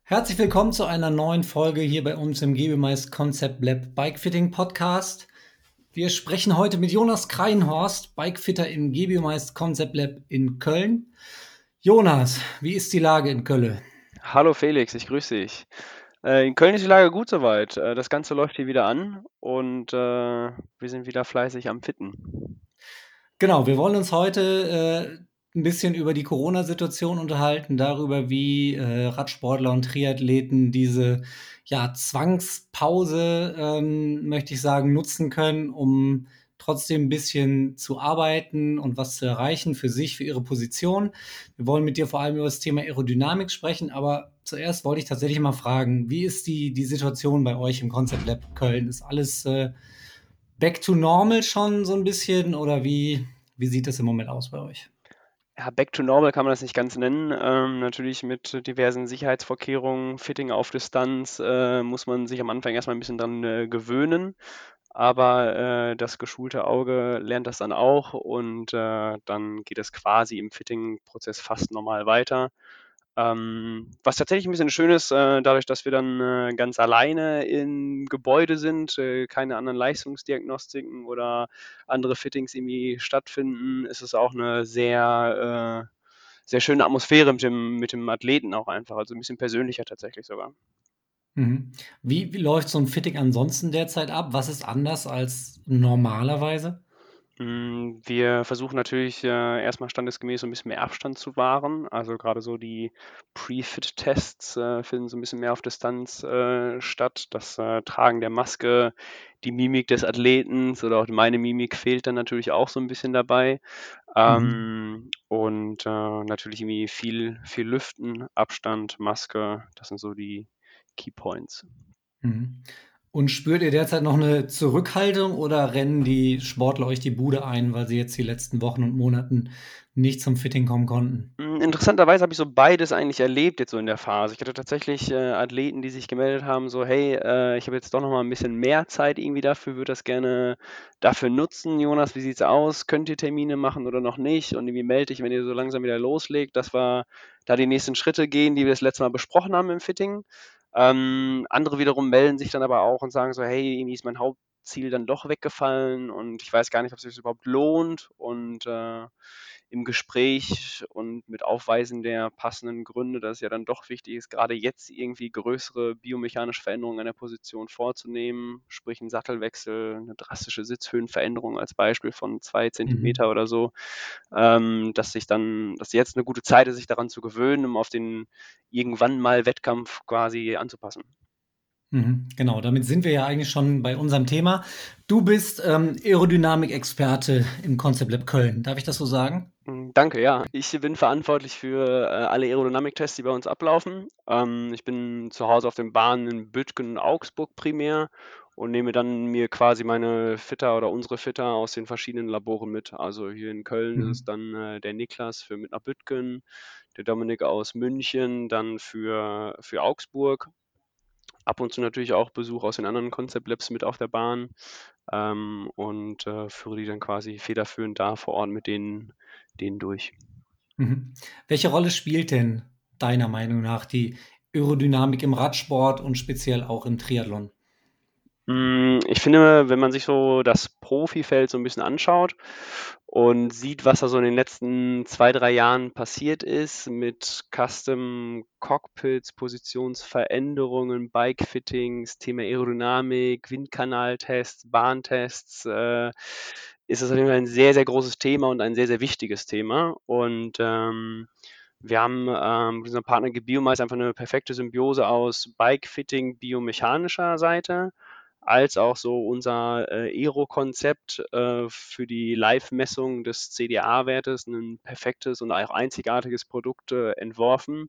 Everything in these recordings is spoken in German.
Herzlich willkommen zu einer neuen Folge hier bei uns im GBMeist Concept Lab Bikefitting Podcast. Wir sprechen heute mit Jonas Kreinhorst, Bikefitter im GBMeist Concept Lab in Köln. Jonas, wie ist die Lage in Köln? Hallo Felix, ich grüße dich. In Köln ist die Lage gut soweit. Das Ganze läuft hier wieder an und wir sind wieder fleißig am Fitten. Genau, wir wollen uns heute ein bisschen über die Corona-Situation unterhalten, darüber, wie Radsportler und Triathleten diese Zwangspause, möchte ich sagen, nutzen können, um trotzdem ein bisschen zu arbeiten und was zu erreichen für sich, für ihre Position. Wir wollen mit dir vor allem über das Thema Aerodynamik sprechen, aber zuerst wollte ich tatsächlich mal fragen, wie ist die Situation bei euch im Concept Lab Köln? Ist alles back to normal schon so ein bisschen oder wie sieht das im Moment aus bei euch? Ja, back to normal kann man das nicht ganz nennen. Natürlich mit diversen Sicherheitsvorkehrungen, Fitting auf Distanz, muss man sich am Anfang erstmal ein bisschen dran gewöhnen. Aber das geschulte Auge lernt das dann auch und dann geht es quasi im Fitting-Prozess fast normal weiter. Was tatsächlich ein bisschen schön ist, dadurch, dass wir dann ganz alleine im Gebäude sind, keine anderen Leistungsdiagnostiken oder andere Fittings irgendwie stattfinden, ist es auch eine sehr schöne Atmosphäre mit dem Athleten auch einfach, also ein bisschen persönlicher tatsächlich sogar. Mhm. Wie läuft so ein Fitting ansonsten derzeit ab? Was ist anders als normalerweise? Wir versuchen natürlich, erst standesgemäß so 'n bisschen mehr Abstand zu wahren. Also, gerade so die Pre-Fit-Tests, finden so ein bisschen mehr auf Distanz, statt. Das, Tragen der Maske, die Mimik des Athletens oder auch meine Mimik fehlt dann natürlich auch so ein bisschen dabei. Mhm. Und, natürlich irgendwie viel Lüften, Abstand, Maske, das sind so die Key Points. Mhm. Und spürt ihr derzeit noch eine Zurückhaltung oder rennen die Sportler euch die Bude ein, weil sie jetzt die letzten Wochen und Monaten nicht zum Fitting kommen konnten? Interessanterweise habe ich so beides eigentlich erlebt jetzt so in der Phase. Ich hatte tatsächlich, Athleten, die sich gemeldet haben, so: „Hey, ich habe jetzt doch noch mal 'n bisschen mehr Zeit irgendwie dafür, würde das gerne dafür nutzen. Jonas, wie sieht's aus? Könnt ihr Termine machen oder noch nicht? Und irgendwie melde dich, wenn ihr so langsam wieder loslegt, dass wir da die nächsten Schritte gehen, die wir das letzte Mal besprochen haben im Fitting.“ Andere wiederum melden sich dann aber auch und sagen so: „Hey, irgendwie ist mein Hauptziel dann doch weggefallen und ich weiß gar nicht, ob sich das überhaupt lohnt.“ Und, im Gespräch und mit Aufweisen der passenden Gründe, dass es ja dann doch wichtig ist, gerade jetzt irgendwie größere biomechanische Veränderungen an der Position vorzunehmen, sprich 'n Sattelwechsel, eine drastische Sitzhöhenveränderung als Beispiel von 2 Zentimeter Mhm. oder so, dass jetzt eine gute Zeit ist, sich daran zu gewöhnen, um auf den irgendwann mal Wettkampf quasi anzupassen. Mhm, genau, damit sind wir ja eigentlich schon bei unserem Thema. Du bist, Aerodynamik-Experte im Concept Lab Köln. Darf ich das so sagen? Danke, ja. Ich bin verantwortlich für, alle Aerodynamiktests, die bei uns ablaufen. Ich bin zu Hause auf den Bahnen in Büttgen und Augsburg primär und nehme dann mir quasi meine Fitter oder unsere Fitter aus den verschiedenen Laboren mit. Also, hier in Köln ist es Mhm. dann, der Niklas für mit nach Büttgen, der Dominik aus München dann für Augsburg. Ab und zu natürlich auch Besuch aus den anderen Concept Labs mit auf der Bahn, und, führe die dann quasi federführend da vor Ort mit denen durch. Mhm. Welche Rolle spielt denn deiner Meinung nach die Aerodynamik im Radsport und speziell auch im Triathlon? Ich finde, wenn man sich so das Profifeld so 'n bisschen anschaut und sieht, was da so in den letzten 2 3 Jahren passiert ist mit Custom Cockpits, Positionsveränderungen, Bike-Fittings, Thema Aerodynamik, Windkanaltests, Bahntests, ist das auf jeden Fall ein sehr großes Thema und ein sehr wichtiges Thema. Und, wir haben, mit unserem Partner Gebiomice einfach eine perfekte Symbiose aus Bike-Fitting biomechanischer Seite als auch so unser Aero-Konzept für die Live-Messung des CDA-Wertes, ein perfektes und auch einzigartiges Produkt entworfen,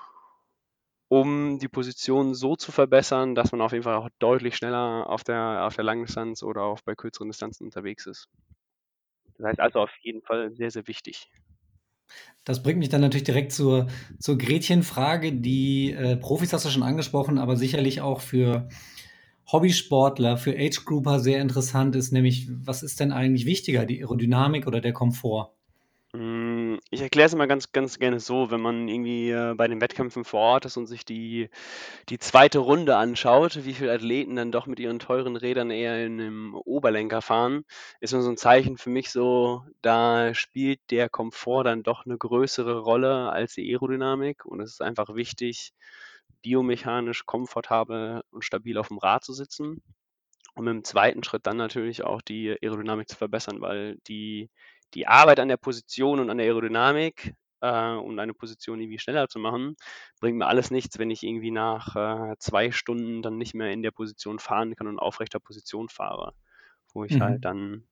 um die Position so zu verbessern, dass man auf jeden Fall auch deutlich schneller auf der Langdistanz oder auch bei kürzeren Distanzen unterwegs ist. Das heißt also auf jeden Fall sehr wichtig. Das bringt mich dann natürlich direkt zur Gretchenfrage. Die Profis hast du schon angesprochen, aber sicherlich auch für Hobbysportler, für Age-Grouper sehr interessant ist, nämlich was ist denn eigentlich wichtiger, die Aerodynamik oder der Komfort? Ich erkläre es immer ganz gerne so, wenn man irgendwie, bei den Wettkämpfen vor Ort ist und sich die zweite Runde anschaut, wie viele Athleten dann doch mit ihren teuren Rädern eher in 'nem Oberlenker fahren, ist immer so 'n Zeichen für mich so, da spielt der Komfort dann doch 'ne größere Rolle als die Aerodynamik und es ist einfach wichtig, biomechanisch komfortabel und stabil aufm Rad zu sitzen. Und im zweiten Schritt dann natürlich auch die Aerodynamik zu verbessern, weil die Arbeit an der Position und an der Aerodynamik, um eine Position irgendwie schneller zu machen, bringt mir alles nichts, wenn ich irgendwie nach 2 Stunden dann nicht mehr in der Position fahren kann und aufrechter Position fahre, wo ich halt Mhm. dann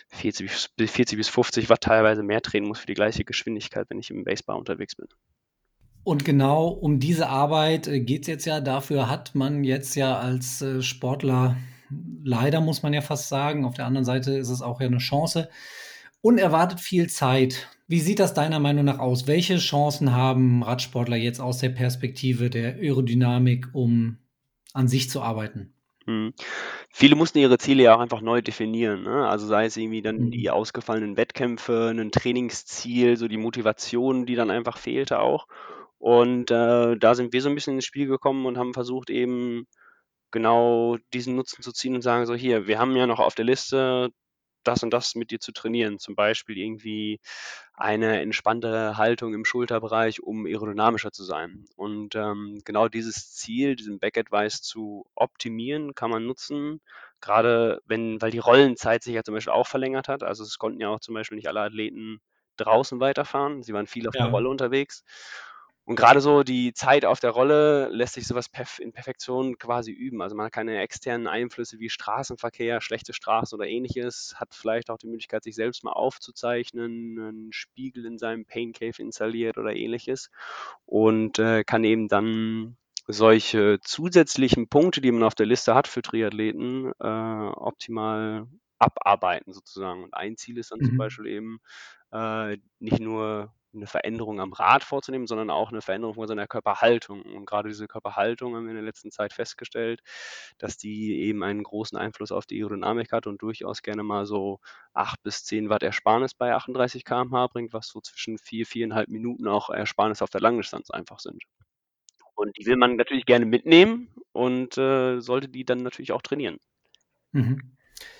40 bis 50 Watt teilweise mehr drehen muss für die gleiche Geschwindigkeit, wenn ich im Basebar unterwegs bin. Und genau um diese Arbeit, geht's jetzt ja. Dafür hat man jetzt ja als, Sportler leider, muss man ja fast sagen, auf der anderen Seite ist es auch ja 'ne Chance, unerwartet viel Zeit. Wie sieht das deiner Meinung nach aus? Welche Chancen haben Radsportler jetzt aus der Perspektive der Aerodynamik, um an sich zu arbeiten? Mhm. Viele mussten ihre Ziele ja auch einfach neu definieren, ne? Also, sei es irgendwie dann die Mhm. ausgefallenen Wettkämpfe, 'nen Trainingsziel, so die Motivation, die dann einfach fehlte auch. Und, da sind wir so 'n bisschen ins Spiel gekommen und haben versucht, eben genau diesen Nutzen zu ziehen und sagen so: „Hier, wir haben ja noch auf der Liste, das und das mit dir zu trainieren.“ Zum Beispiel irgendwie eine entspanntere Haltung im Schulterbereich, um aerodynamischer zu sein. Und, genau dieses Ziel, diesen Back Advice zu optimieren, kann man nutzen, grade weil die Rollenzeit sich ja zum Beispiel auch verlängert hat. Also, es konnten ja auch zum Beispiel nicht alle Athleten draußen weiterfahren. Sie waren viel auf der Ja. Rolle unterwegs. Und grade so die Zeit auf der Rolle lässt sich so was in Perfektion quasi üben. Also, man hat keine externen Einflüsse wie Straßenverkehr, schlechte Straßen oder Ähnliches, hat vielleicht auch die Möglichkeit, sich selbst mal aufzuzeichnen, 'nen Spiegel in seinem Pain Cave installiert oder Ähnliches und, kann eben dann solche zusätzlichen Punkte, die man auf der Liste hat für Triathleten, optimal abarbeiten sozusagen. Und ein Ziel ist dann zum Mhm. Beispiel eben, nicht nur 'ne Veränderung am Rad vorzunehmen, sondern auch 'ne Veränderung von seiner Körperhaltung. Und grade diese Körperhaltung haben wir in der letzten Zeit festgestellt, dass die eben einen großen Einfluss auf die Aerodynamik hat und durchaus gerne mal so 8 bis 10 Watt Ersparnis bei 38 km/h bringt, was so zwischen 4,5 Minuten auch Ersparnis auf der Langdistanz einfach sind. Und die will man natürlich gerne mitnehmen und, sollte die dann natürlich auch trainieren. Mhm.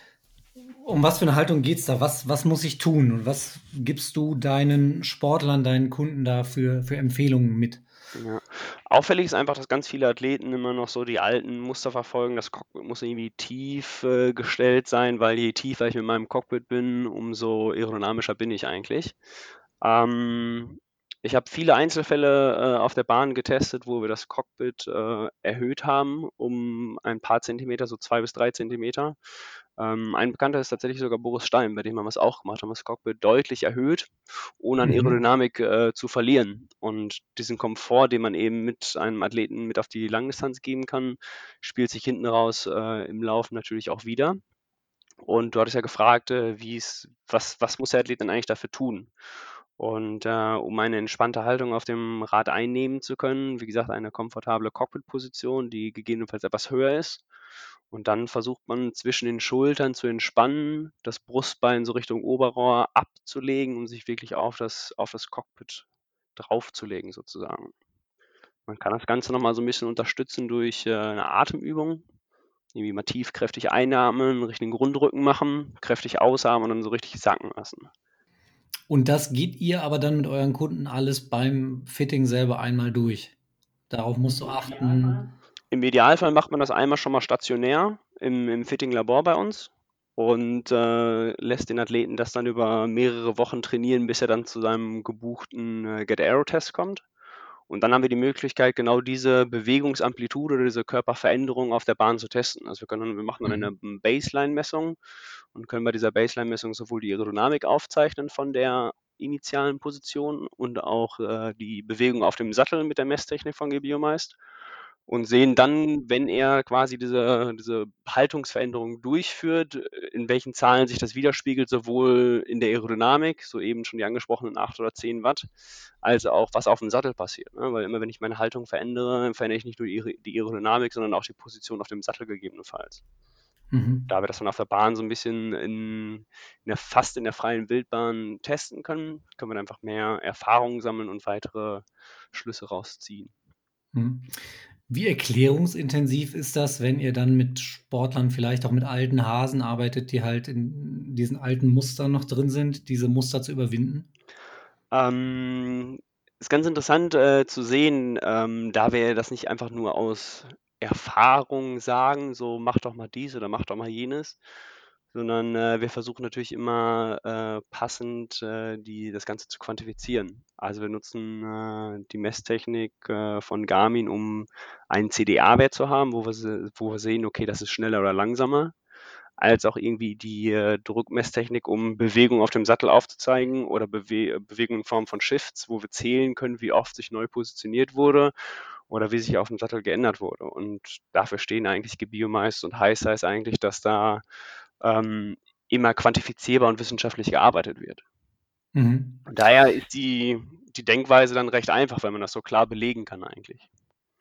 Um was für 'ne Haltung geht's da? Was muss ich tun? Und was gibst du deinen Sportlern, deinen Kunden da für Empfehlungen mit? Ja. Auffällig ist einfach, dass ganz viele Athleten immer noch so die alten Muster verfolgen. Das Cockpit muss irgendwie tief, gestellt sein, weil je tiefer ich mit meinem Cockpit bin, umso aerodynamischer bin ich eigentlich. Ähm, Ich habe viele Einzelfälle, auf der Bahn getestet, wo wir das Cockpit, erhöht haben um ein paar Zentimeter, so 2 bis 3 Zentimeter. Ein Bekannter ist tatsächlich sogar Boris Stein, bei dem haben wir's auch gemacht, haben wir das Cockpit deutlich erhöht, ohne an Mhm. Aerodynamik, zu verlieren. Und diesen Komfort, den man eben mit einem Athleten mit auf die Langdistanz geben kann, spielt sich hinten raus, im Laufen natürlich auch wider. Und du hattest ja gefragt, was muss der Athlet denn eigentlich dafür tun? Und, um eine entspannte Haltung auf dem Rad einnehmen zu können, wie gesagt, eine komfortable Cockpitposition, die gegebenenfalls etwas höher ist. Und dann versucht man zwischen den Schultern zu entspannen, das Brustbein so Richtung Oberrohr abzulegen und sich wirklich auf das Cockpit draufzulegen sozusagen. Man kann das Ganze noch mal so 'n bisschen unterstützen durch, 'ne Atemübung. Irgendwie mal tief kräftig einatmen, richtigen Rundrücken machen, kräftig ausatmen und dann so richtig sacken lassen. Und das geht ihr aber dann mit euren Kunden alles beim Fitting selber einmal durch? Darauf musst du achten. Im Idealfall macht man das einmal schon mal stationär im Fitting-Labor bei uns und, lässt den Athleten das dann über mehrere Wochen trainieren, bis er dann zu seinem gebuchten, Get Aero Test kommt. Und dann haben wir die Möglichkeit, genau diese Bewegungsamplitude oder diese Körperveränderung auf der Bahn zu testen. Also, wir machen dann Mhm. eine Baseline-Messung und können bei dieser Baseline-Messung sowohl die Aerodynamik aufzeichnen von der initialen Position und auch, die Bewegung auf dem Sattel mit der Messtechnik von GBioMeist und sehen dann, wenn er quasi diese Haltungsveränderung durchführt, in welchen Zahlen sich das widerspiegelt, sowohl in der Aerodynamik, so eben schon die angesprochenen 8 oder 10 Watt, als auch was auf dem Sattel passiert, ne? Weil immer wenn ich meine Haltung verändere, verändere ich nicht nur die Aerodynamik, sondern auch die Position auf dem Sattel gegebenenfalls. Mhm. Da wir das dann auf der Bahn so ein bisschen fast in der freien Wildbahn testen können, können wir dann einfach mehr Erfahrung sammeln und weitere Schlüsse rausziehen. Mhm. Wie erklärungsintensiv ist das, wenn ihr dann mit Sportlern, vielleicht auch mit alten Hasen arbeitet, die halt in diesen alten Mustern noch drin sind, diese Muster zu überwinden? Ähm, Ist ganz interessant, zu sehen, da wir das nicht einfach nur aus Erfahrung sagen, so: „Mach doch mal dies oder mach doch mal jenes“, sondern, wir versuchen natürlich immer, passend, das Ganze zu quantifizieren. Also, wir nutzen, die Messtechnik, von Garmin, um einen CDA-Wert zu haben, wo wir sehen: „Okay, das ist schneller oder langsamer“, als auch irgendwie die Druckmesstechnik, um Bewegung auf dem Sattel aufzuzeigen oder Bewegung in Form von Shifts, wo wir zählen können, wie oft sich neu positioniert wurde oder wie sich auf dem Sattel geändert wurde. Und dafür stehen eigentlich GBioMice und HiSize eigentlich, dass da ähm, immer quantifizierbar und wissenschaftlich gearbeitet wird. Mhm. Und daher ist die Denkweise dann recht einfach, wenn man das so klar belegen kann eigentlich.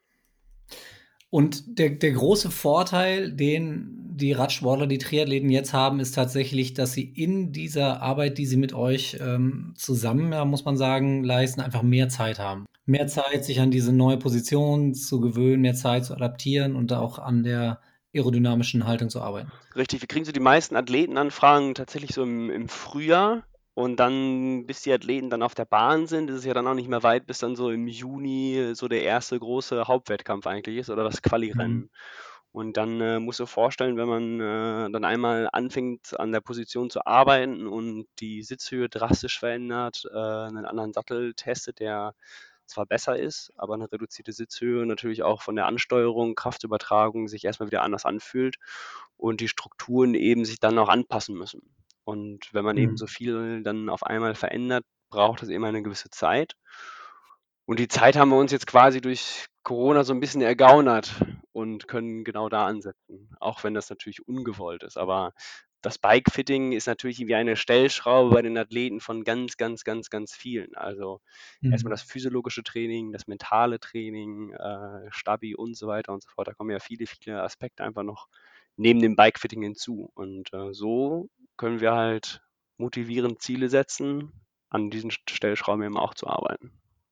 Und der große Vorteil, den die Radsportler, die Triathleten jetzt haben, ist tatsächlich, dass sie in dieser Arbeit, die sie mit euch zusammen, ja, muss man sagen, leisten, einfach mehr Zeit haben. Mehr Zeit, sich an diese neue Position zu gewöhnen, mehr Zeit zu adaptieren und auch an der aerodynamischen Haltung zu arbeiten. Richtig, wir kriegen so die meisten Athletenanfragen tatsächlich so im Frühjahr und dann, bis die Athleten dann auf der Bahn sind, ist es ja dann auch nicht mehr weit, bis dann so im Juni so der erste große Hauptwettkampf eigentlich ist oder das Mhm. Quali-Rennen. Und dann musst du dir vorstellen, wenn man dann einmal anfängt an der Position zu arbeiten und die Sitzhöhe drastisch verändert, einen anderen Sattel testet, der zwar besser ist, aber eine reduzierte Sitzhöhe natürlich auch von der Ansteuerung, Kraftübertragung sich erstmal wieder anders anfühlt und die Strukturen eben sich dann auch anpassen müssen. Und wenn man eben Mhm. so viel dann auf einmal verändert, braucht es eben eine gewisse Zeit. Und die Zeit haben wir uns jetzt quasi durch Corona so ein bisschen ergaunert und können genau da ansetzen, auch wenn das natürlich ungewollt ist. Aber das Bike-Fitting ist natürlich wie eine Stellschraube bei den Athleten von ganz, ganz, ganz, ganz vielen. Also, erstmal Mhm. das physiologische Training, das mentale Training, Stabi und so weiter und so fort. Da kommen ja viele, viele Aspekte einfach noch neben dem Bike-Fitting hinzu. Und, so können wir halt motivierend Ziele setzen, an diesen Stellschrauben eben auch zu arbeiten.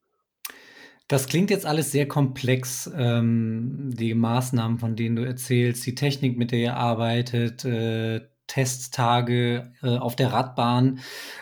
Das klingt jetzt alles sehr komplex, die Maßnahmen, von denen du erzählst, die Technik, mit der ihr arbeitet, Testtage auf der Radbahn.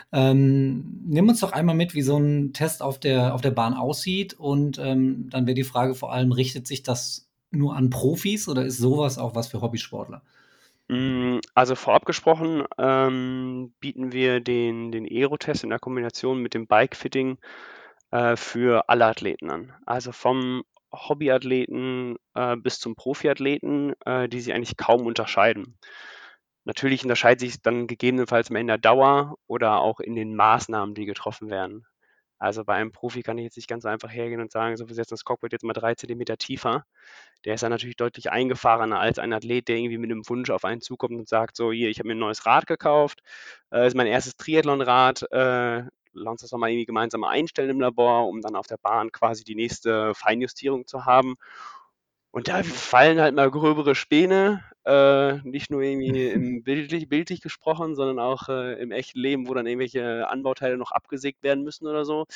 Nimm uns doch einmal mit, wie so ein Test auf der Bahn aussieht. Und dann wäre die Frage vor allem, richtet sich das nur an Profis oder ist sowas auch was für Hobbysportler? Also vorab gesprochen, bieten wir den Aero-Test in der Kombination mit dem Bike-Fitting, für alle Athleten an. Also vom Hobbyathleten, bis zum Profiathleten, die sich eigentlich kaum unterscheiden. Natürlich unterscheidet sich dann gegebenenfalls mehr in der Dauer oder auch in den Maßnahmen, die getroffen werden. Also bei einem Profi kann ich jetzt nicht ganz einfach hergehen und sagen: „So, wir setzen das Cockpit jetzt mal 3 Zentimeter tiefer.“ Der ist dann natürlich deutlich eingefahrener als ein Athlet, der irgendwie mit einem Wunsch auf einen zukommt und sagt: „So, hier, ich habe mir ein neues Rad gekauft, ist mein erstes Triathlonrad, lass uns das doch mal irgendwie gemeinsam mal einstellen im Labor, um dann auf der Bahn quasi die nächste Feinjustierung zu haben.“ Und da fallen halt mal gröbere Späne, nicht nur irgendwie bildlich gesprochen, sondern auch, im echten Leben, wo dann irgendwelche Anbauteile noch abgesägt werden müssen oder so.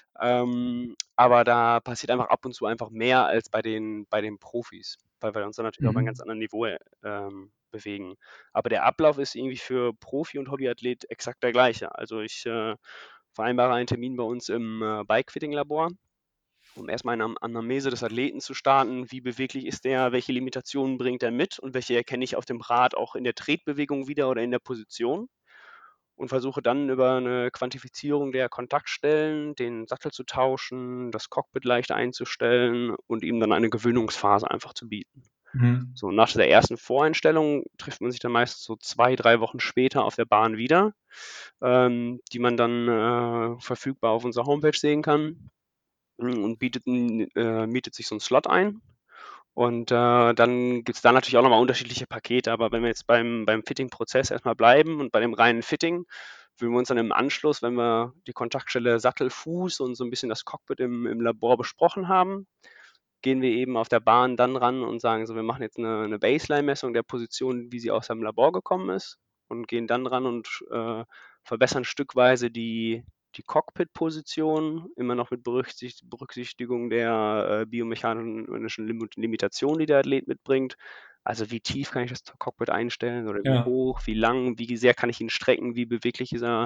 Aber da passiert einfach ab und zu einfach mehr als bei den Profis, weil wir uns dann natürlich auf einem ganz Mhm. anderen Niveau, bewegen. Aber der Ablauf ist irgendwie für Profi und Hobbyathlet exakt der gleiche. Also, ich, vereinbare einen Termin bei uns im, Bike-Fitting-Labor, um erstmal eine Anamnese des Athleten zu starten. Wie beweglich ist der? Welche Limitationen bringt er mit? Und welche erkenne ich auf dem Rad auch in der Tretbewegung wieder oder in der Position? Und versuche dann über eine Quantifizierung der Kontaktstellen den Sattel zu tauschen, das Cockpit leicht einzustellen und ihm dann eine Gewöhnungsphase einfach zu bieten. Mhm. So, nach der ersten Voreinstellung trifft man sich dann meist so 2, 3 Wochen später auf der Bahn wieder, die man dann, verfügbar auf unserer Homepage sehen kann. Und mietet sich so 'n Slot ein. Und, dann gibt's da natürlich auch noch mal unterschiedliche Pakete. Aber wenn wir jetzt beim Fitting-Prozess erst mal bleiben und bei dem reinen Fitting, würden wir uns dann im Anschluss, wenn wir die Kontaktstelle Sattel, Fuß und so 'n bisschen das Cockpit im Labor besprochen haben, gehen wir eben auf der Bahn dann ran und sagen so: „Wir machen jetzt eine Baseline-Messung der Position, wie sie aus dem Labor gekommen ist und gehen dann ran und, verbessern stückweise die Cockpit-Position, immer noch mit Berücksichtigung der, biomechanischen Limitation, die der Athlet mitbringt. Also, wie tief kann ich das Cockpit einstellen oder wie Ja. hoch, wie lang, wie sehr kann ich ihn strecken, wie beweglich ist er,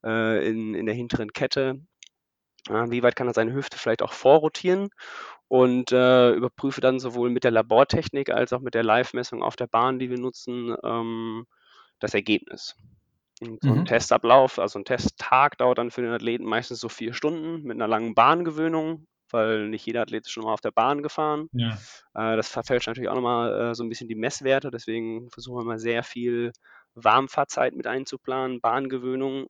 in der hinteren Kette, wie weit kann er seine Hüfte vielleicht auch vorrotieren und, überprüfe dann sowohl mit der Labortechnik als auch mit der Live-Messung auf der Bahn, die wir nutzen, das Ergebnis. Und so 'n Mhm. Testablauf, also 'n Testtag dauert dann für den Athleten meistens so 4 Stunden mit 'ner langen Bahngewöhnung, weil nicht jeder Athlet ist schon mal auf der Bahn gefahren. Ja. Das verfälscht natürlich auch noch mal, so 'n bisschen die Messwerte, deswegen versuchen wir immer sehr viel Warmfahrzeit mit einzuplanen, Bahngewöhnung,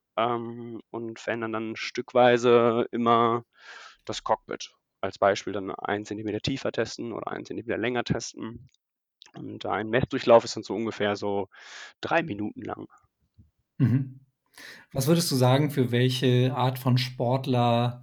und verändern dann stückweise immer das Cockpit. Als Beispiel dann 1 Zentimeter tiefer testen oder 1 Zentimeter länger testen. Und ein Messdurchlauf ist dann so ungefähr so 3 Minuten lang. Mhm. Was würdest du sagen, für welche Art von Sportler,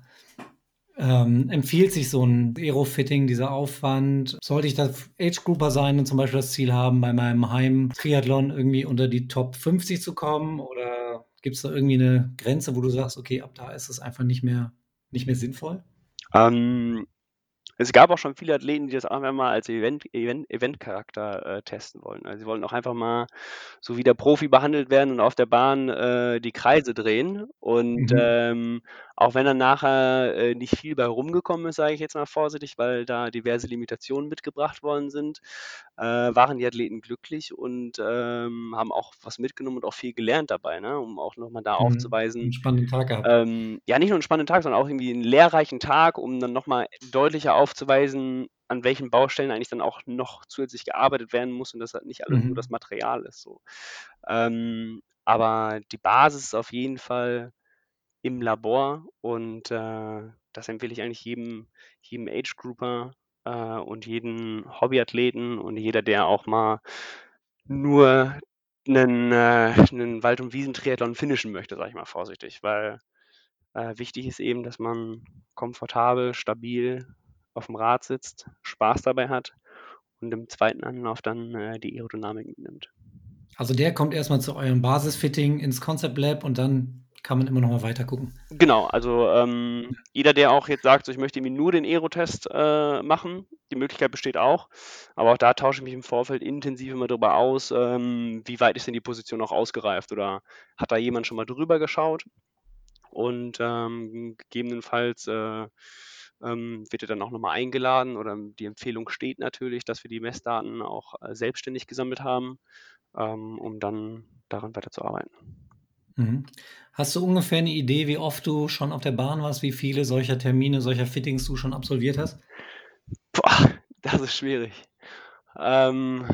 empfiehlt sich so 'n Aero-Fitting, dieser Aufwand? Sollte ich da Age-Grouper sein und zum Beispiel das Ziel haben, bei meinem Heim-Triathlon irgendwie unter die Top 50 zu kommen? Oder gibt's da irgendwie 'ne Grenze, wo du sagst: „Okay, ab da ist es einfach nicht mehr sinnvoll?“ Ähm, Es gab auch schon viele Athleten, die das einfach mal als Eventcharakter, testen wollen. Also, sie wollten auch einfach mal so wie der Profi behandelt werden und auf der Bahn, die Kreise drehen. Und, Mhm. auch wenn dann nachher, nicht viel bei rumgekommen ist, sage ich jetzt mal vorsichtig, weil da diverse Limitationen mitgebracht worden sind, waren die Athleten glücklich und, haben auch was mitgenommen und auch viel gelernt dabei, ne, um auch noch mal da Mhm. 'N aufzuweisen, spannenden Tag gehabt. ja, nicht nur 'n spannenden Tag, sondern auch irgendwie 'n lehrreichen Tag, um dann noch mal deutlicher aufzuweisen, an welchen Baustellen eigentlich dann auch noch zusätzlich gearbeitet werden muss und dass halt nicht alles nur das Mhm. Material ist so. Aber die Basis ist auf jeden Fall im Labor und, das empfehle ich eigentlich jedem Age Grouper, und jeden Hobbyathleten und jeder, der auch mal nur 'nen Wald und Wiesentriathlon finishen möchte, sage ich mal vorsichtig, weil wichtig ist eben, dass man komfortabel, stabil auf'm Rad sitzt, Spaß dabei hat und im zweiten Anlauf dann, die Aerodynamik mitnimmt. Also, der kommt erst mal zu eurem Basisfitting ins Concept Lab und dann kann man immer noch mal weiter gucken. Genau, also, jeder, der auch jetzt sagt, so: „Ich möchte irgendwie nur den Aero-Test, machen“, die Möglichkeit besteht auch. Aber auch da tausche ich mich im Vorfeld intensiv immer drüber aus, wie weit ist denn die Position auch ausgereift oder hat da jemand schon mal drüber geschaut? Und, gegebenenfalls, wird er dann auch noch mal eingeladen oder die Empfehlung steht natürlich, dass wir die Messdaten auch, selbstständig gesammelt haben, um dann daran weiterzuarbeiten. Mhm. Hast du ungefähr 'ne Idee, wie oft du schon auf der Bahn warst, wie viele solcher Termine, solcher Fittings du schon absolviert hast? Boah, das ist schwierig. Ähm,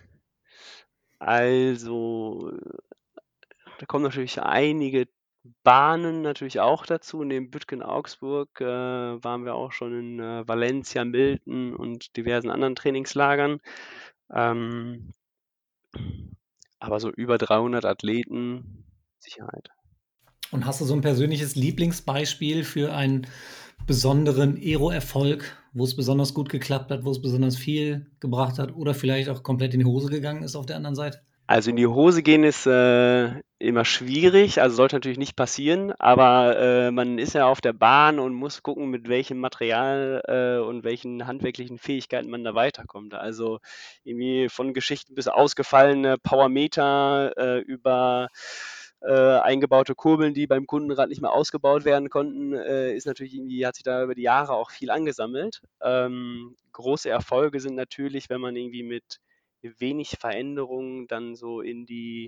also, da kommen natürlich einige Bahnen natürlich auch dazu. Neben Büttgen-Augsburg, waren wir auch schon in, Valencia, Milton und diversen anderen Trainingslagern. Ähm, aber so über 300 Athleten, Sicherheit. Und hast du so 'n persönliches Lieblingsbeispiel für einen besonderen Aero-Erfolg, wo's besonders gut geklappt hat, wo's besonders viel gebracht hat oder vielleicht auch komplett in die Hose gegangen ist auf der anderen Seite? Also, in die Hose gehen ist, immer schwierig, also, sollte natürlich nicht passieren, aber, man ist ja auf der Bahn und muss gucken, mit welchem Material, und welchen handwerklichen Fähigkeiten man da weiterkommt. Also, irgendwie von Geschichten bis ausgefallene Powermeter, über, eingebaute Kurbeln, die beim Kundenrad nicht mehr ausgebaut werden konnten, ist natürlich irgendwie hat sich da über die Jahre auch viel angesammelt. Große Erfolge sind natürlich, wenn man irgendwie mit wenig Veränderungen dann so in die,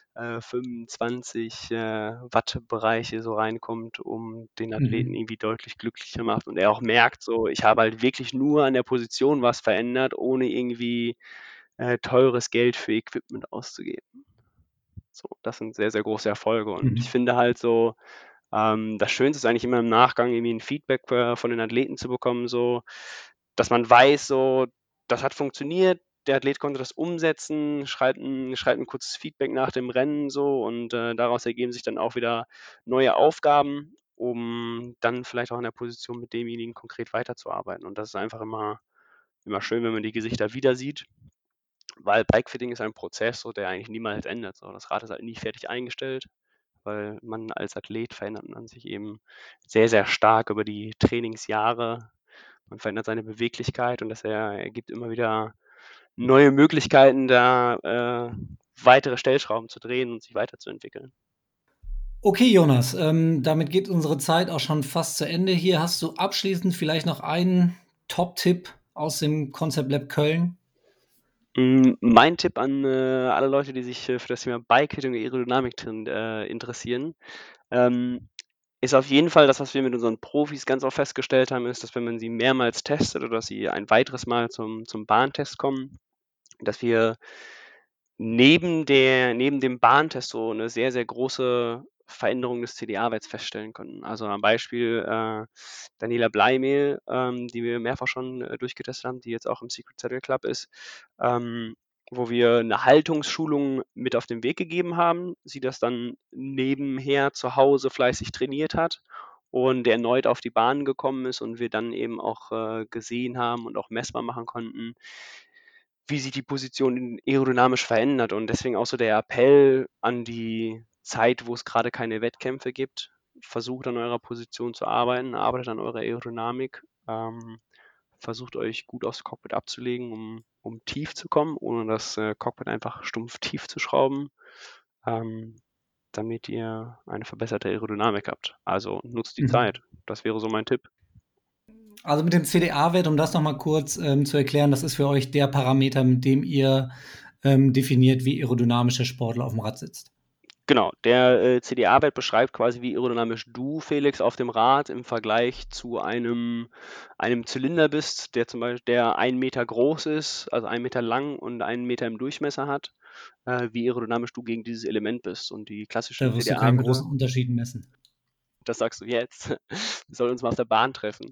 25, Watt-Bereiche so reinkommt, um den Athleten Mhm. irgendwie deutlich glücklicher macht und er auch merkt so: „Ich habe halt wirklich nur an der Position was verändert, ohne irgendwie, teures Geld für Equipment auszugeben.“ So, das sind sehr, sehr große Erfolge und ich Mhm. finde halt so, das Schönste ist eigentlich immer im Nachgang irgendwie 'n Feedback, von den Athleten zu bekommen, so, dass man weiß, so, das hat funktioniert, der Athlet konnte das umsetzen, schreibt 'n kurzes Feedback nach dem Rennen so und, daraus ergeben sich dann auch wieder neue Aufgaben, um dann vielleicht auch in der Position mit demjenigen konkret weiterzuarbeiten und das ist einfach immer immer schön, wenn man die Gesichter wieder sieht, weil Bikefitting ist ein Prozess, so, der eigentlich niemals endet. So. Das Rad ist halt nie fertig eingestellt, weil man als Athlet verändert man sich eben sehr, sehr stark über die Trainingsjahre. Man verändert seine Beweglichkeit und das ergibt immer wieder neue Möglichkeiten, da weitere Stellschrauben zu drehen und sich weiterzuentwickeln. Okay, Jonas, damit geht unsere Zeit auch schon fast zu Ende. Hier hast du abschließend vielleicht noch einen Top-Tipp aus dem Concept Lab Köln. Mein Tipp an alle Leute, die sich für das Thema Bikefitting und Aerodynamik interessieren, ist auf jeden Fall das, was wir mit unseren Profis ganz oft festgestellt haben, ist, dass wenn man sie mehrmals testet oder dass sie ein weiteres Mal zum Bahntest kommen, dass wir neben dem Bahntest so eine sehr, sehr große Veränderung des CDA-Werts feststellen konnten. Also am Beispiel Daniela Bleimehl, die wir mehrfach schon durchgetestet haben, die jetzt auch im Secret Saddle Club ist, wo wir eine Haltungsschulung mit auf den Weg gegeben haben, sie das dann nebenher zu Hause fleißig trainiert hat und erneut auf die Bahn gekommen ist und wir dann eben auch gesehen haben und auch messbar machen konnten, wie sich die Position aerodynamisch verändert. Und deswegen auch so der Appell an die Zeit, wo es gerade keine Wettkämpfe gibt: Versucht an eurer Position zu arbeiten, arbeitet an eurer Aerodynamik, versucht euch gut aufs Cockpit abzulegen, um tief zu kommen, ohne das Cockpit einfach stumpf tief zu schrauben, damit ihr eine verbesserte Aerodynamik habt. Also nutzt die Zeit. Das wäre so mein Tipp. Also mit dem CDA-Wert, um das nochmal kurz zu erklären, das ist für euch der Parameter, mit dem ihr definiert, wie aerodynamisch der Sportler auf dem Rad sitzt. Genau, der CDA-Wert beschreibt quasi, wie aerodynamisch du, Felix, auf dem Rad im Vergleich zu einem Zylinder bist, der zum Beispiel der 1 Meter groß ist, also 1 Meter lang und 1 Meter im Durchmesser hat, wie aerodynamisch du gegen dieses Element bist. Und die klassischen Da wirst du keinen CDA-Werte, großen Unterschied messen. das sagst du jetzt, wir sollen uns mal auf der Bahn treffen.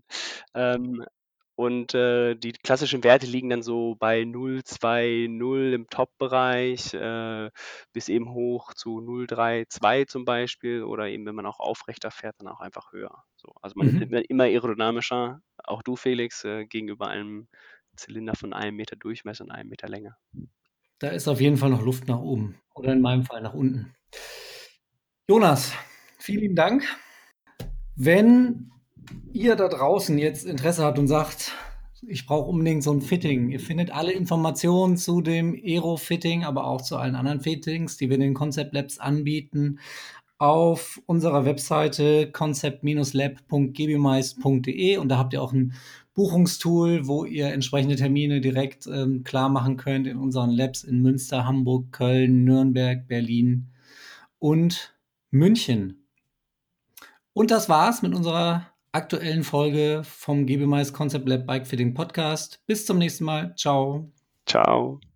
Die klassischen Werte liegen dann so bei 0, 2, 0 im Top-Bereich, bis eben hoch zu 0, 3, 2 zum Beispiel, oder eben, wenn man auch aufrechter fährt, dann auch einfach höher. So, also man ist immer aerodynamischer, auch du, Felix, gegenüber einem Zylinder von 1 Meter Durchmesser und 1 Meter Länge. Da ist auf jeden Fall noch Luft nach oben oder in meinem Fall nach unten. Jonas, vielen lieben Dank. Wenn ihr da draußen jetzt Interesse habt und sagt, ich brauche unbedingt so ein Fitting, ihr findet alle Informationen zu dem Aero-Fitting, aber auch zu allen anderen Fittings, die wir in den Concept Labs anbieten, auf unserer Webseite concept-lab.gbmeist.de, und da habt ihr auch ein Buchungstool, wo ihr entsprechende Termine direkt klar machen könnt in unseren Labs in Münster, Hamburg, Köln, Nürnberg, Berlin und München. Und das war's mit unserer aktuellen Folge vom GBMeist Concept Lab Bike Fitting Podcast. Bis zum nächsten Mal. Ciao. Ciao.